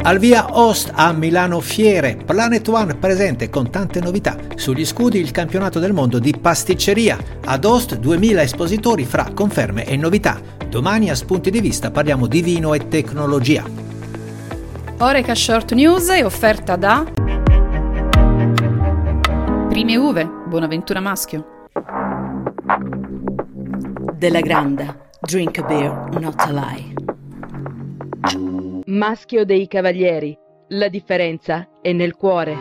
Al via Host a Milano Fiere, Planet One presente con tante novità. Sugli scudi il campionato del mondo di pasticceria. Ad Host 2000 espositori fra conferme e novità. Domani a Spunti di Vista parliamo di vino e tecnologia. Oreca Short News è offerta da Prime Uve, Bonaventura Maschio. Della Granda, drink a beer, not a lie. Maschio dei Cavalieri, la differenza è nel cuore.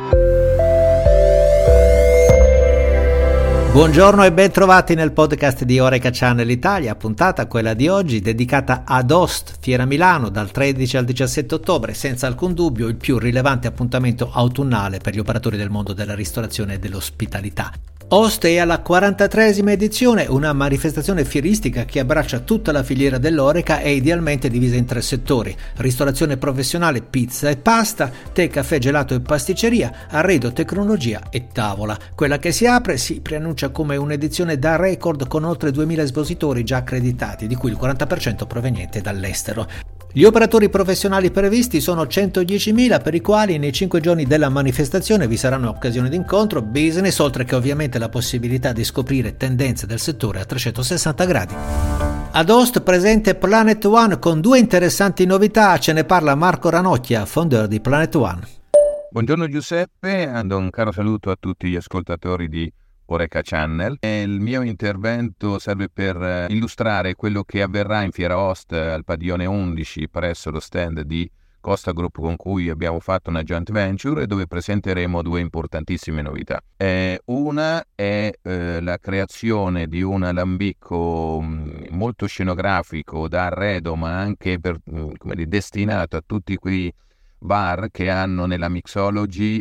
Buongiorno e ben trovati nel podcast di Oreca Channel Italia, puntata quella di oggi dedicata ad Host Fiera Milano dal 13 al 17 ottobre, senza alcun dubbio il più rilevante appuntamento autunnale per gli operatori del mondo della ristorazione e dell'ospitalità. Host è alla 43esima edizione, una manifestazione fieristica che abbraccia tutta la filiera dell'Oreca e idealmente divisa in 3 settori: ristorazione professionale, pizza e pasta, tè, caffè, gelato e pasticceria, arredo, tecnologia e tavola. Quella che si apre si preannuncia come un'edizione da record con oltre 2000 espositori già accreditati, di cui il 40% proveniente dall'estero. Gli operatori professionali previsti sono 110.000, per i quali nei 5 giorni della manifestazione vi saranno occasioni di incontro, business, oltre che ovviamente la possibilità di scoprire tendenze del settore a 360 gradi. Ad Host presente Planet One con 2 interessanti novità, ce ne parla Marco Ranocchia, founder di Planet One. Buongiorno Giuseppe, un caro saluto a tutti gli ascoltatori di Oreca Channel. Il mio intervento serve per illustrare quello che avverrà in Fiera Host al padiglione 11 presso lo stand di Costa Group, con cui abbiamo fatto una joint venture e dove presenteremo 2 importantissime novità. Una è la creazione di un alambicco molto scenografico da arredo, ma anche destinato a tutti quei bar che hanno nella mixology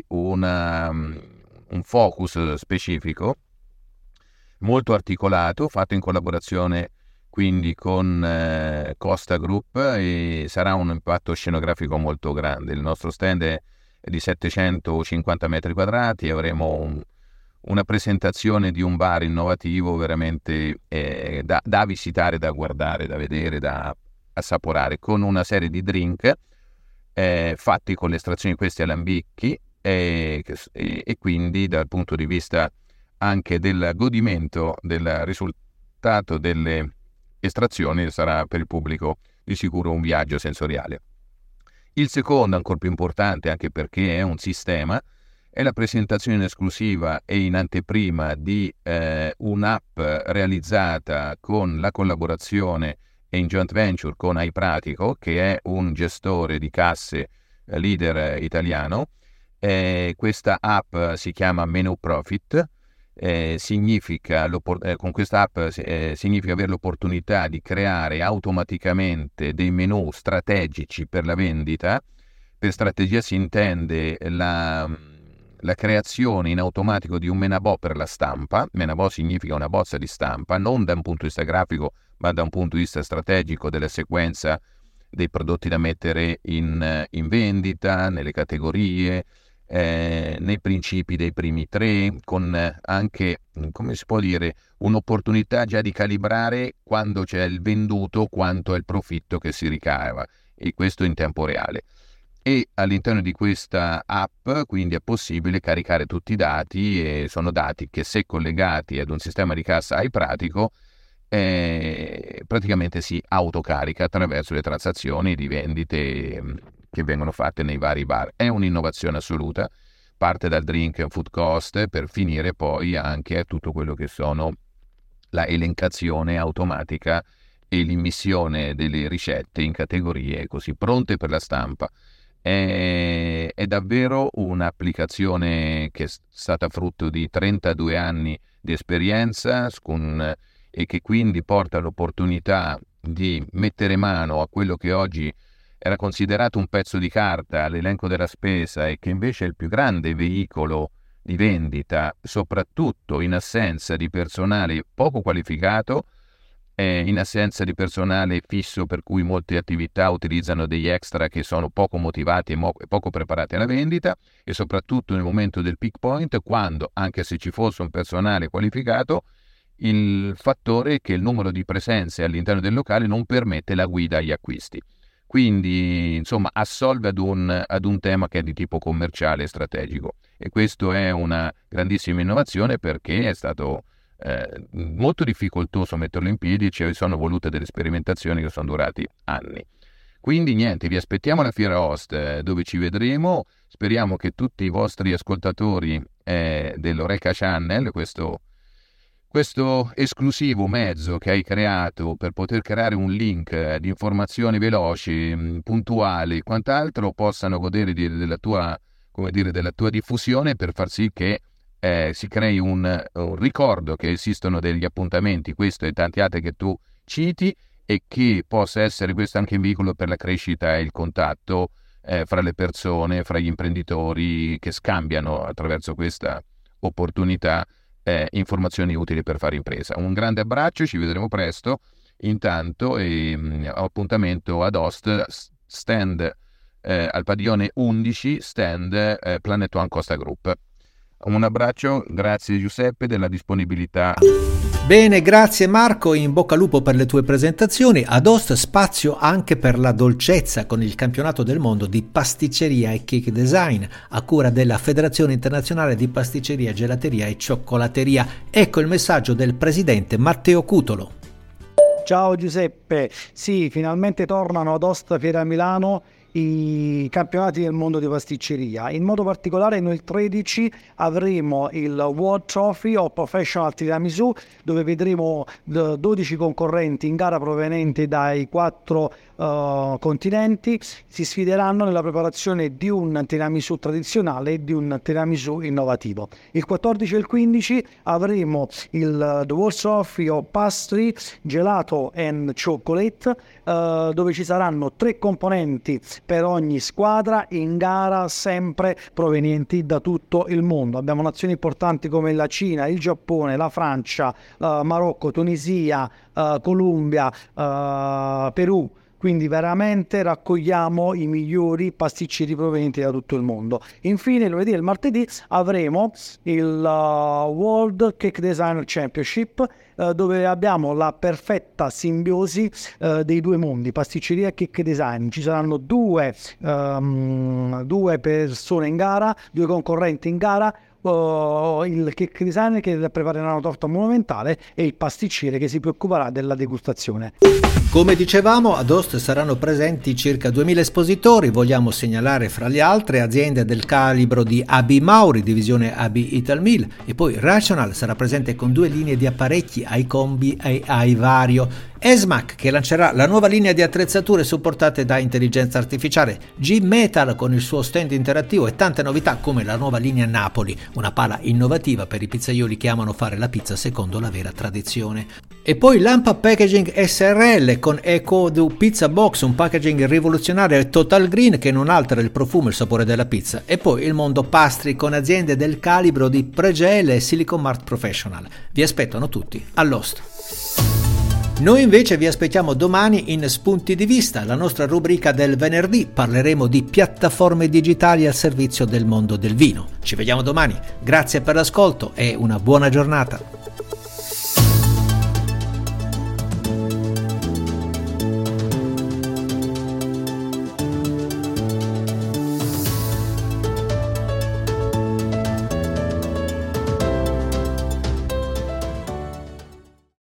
un focus specifico, molto articolato, fatto in collaborazione quindi con Costa Group, e sarà un impatto scenografico molto grande. Il nostro stand è di 750 metri quadrati, avremo una presentazione di un bar innovativo veramente da visitare, da guardare, da vedere, da assaporare, con una serie di drink fatti con l'estrazione di questi alambicchi, e quindi dal punto di vista anche del godimento del risultato delle estrazioni sarà per il pubblico di sicuro un viaggio sensoriale. Il secondo, ancora più importante, anche perché è un sistema, è la presentazione in esclusiva e in anteprima di un'app realizzata con la collaborazione e in joint venture con iPratico, che è un gestore di casse leader italiano. Questa app si chiama Menu Profit. Con questa app significa avere l'opportunità di creare automaticamente dei menu strategici per la vendita. Per strategia si intende la creazione in automatico di un menabò per la stampa. Menabò significa una bozza di stampa, non da un punto di vista grafico, ma da un punto di vista strategico della sequenza dei prodotti da mettere in vendita, nelle categorie, nei principi dei primi 3, con anche, come si può dire, un'opportunità già di calibrare quando c'è il venduto quanto è il profitto che si ricava, e questo in tempo reale. E all'interno di questa app quindi è possibile caricare tutti i dati, e sono dati che, se collegati ad un sistema di cassa iPratico, praticamente si autocarica attraverso le transazioni di vendite che vengono fatte nei vari bar. È un'innovazione assoluta, parte dal drink and food cost per finire poi anche a tutto quello che sono la elencazione automatica e l'immissione delle ricette in categorie così pronte per la stampa. È davvero un'applicazione che è stata frutto di 32 anni di esperienza e che quindi porta l'opportunità di mettere mano a quello che oggi era considerato un pezzo di carta, l'elenco della spesa, e che invece è il più grande veicolo di vendita, soprattutto in assenza di personale poco qualificato, in assenza di personale fisso, per cui molte attività utilizzano degli extra che sono poco motivati e poco preparati alla vendita, e soprattutto nel momento del peak point, quando, anche se ci fosse un personale qualificato, il fattore è che il numero di presenze all'interno del locale non permette la guida agli acquisti. quindi insomma assolve ad un tema che è di tipo commerciale e strategico, e questo è una grandissima innovazione perché è stato molto difficoltoso metterlo in piedi, ci sono volute delle sperimentazioni che sono durati anni. Quindi niente, vi aspettiamo alla Fiera Host, dove ci vedremo. Speriamo che tutti i vostri ascoltatori dell'Oreca Channel, questo esclusivo mezzo che hai creato per poter creare un link di informazioni veloci, puntuali, quant'altro, possano godere della tua diffusione, per far sì che si crei un ricordo che esistono degli appuntamenti, questo e tanti altri che tu citi, e che possa essere questo anche un veicolo per la crescita e il contatto fra le persone, fra gli imprenditori, che scambiano attraverso questa opportunità informazioni utili per fare impresa. Un grande abbraccio, ci vedremo presto. Intanto appuntamento ad Host, stand al padiglione 11, stand Planet One Costa Group. Un abbraccio, grazie Giuseppe della disponibilità. Bene, grazie Marco, in bocca al lupo per le tue presentazioni. Ad Host spazio anche per la dolcezza con il campionato del mondo di pasticceria e cake design a cura della Federazione Internazionale di Pasticceria, Gelateria e Cioccolateria. Ecco il messaggio del presidente Matteo Cutolo. Ciao Giuseppe, sì, finalmente tornano ad Host Fiera Milano i campionati del mondo di pasticceria. In modo particolare noi il 13 avremo il World Trophy of Professional Tiramisu, dove vedremo 12 concorrenti in gara provenienti dai 4 continenti. Si sfideranno nella preparazione di un tiramisù tradizionale e di un tiramisù innovativo. Il 14 e il 15 avremo il The World Trophy of Pastry, Gelato and Chocolate, dove ci saranno 3 componenti per ogni squadra in gara, sempre provenienti da tutto il mondo. Abbiamo nazioni importanti come la Cina, il Giappone, la Francia, Marocco, Tunisia, Colombia, Perù. Quindi veramente raccogliamo i migliori pasticceri provenienti da tutto il mondo. Infine, il lunedì e il martedì avremo il World Cake Designer Championship, dove abbiamo la perfetta simbiosi dei due mondi, pasticceria e cake design. Ci saranno due persone in gara, 2 concorrenti in gara, il cake designer che preparerà una torta monumentale e il pasticcere che si preoccuperà della degustazione. Come dicevamo, ad Host saranno presenti circa 2000 espositori. Vogliamo segnalare fra le altre aziende del calibro di AB Mauri, divisione AB Italmill, e poi Rational sarà presente con 2 linee di apparecchi iCombi e iVario. ESMAC che lancerà la nuova linea di attrezzature supportate da intelligenza artificiale, G-Metal con il suo stand interattivo e tante novità come la nuova linea Napoli, una pala innovativa per i pizzaioli che amano fare la pizza secondo la vera tradizione. E poi Lampa Packaging SRL con EcoDo Pizza Box, un packaging rivoluzionario e total green che non altera il profumo e il sapore della pizza. E poi il mondo pastry con aziende del calibro di Pregele e Silicon Mart Professional. Vi aspettano tutti all'Host. Noi invece vi aspettiamo domani in Spunti di Vista, la nostra rubrica del venerdì. Parleremo di piattaforme digitali al servizio del mondo del vino. Ci vediamo domani, grazie per l'ascolto e una buona giornata.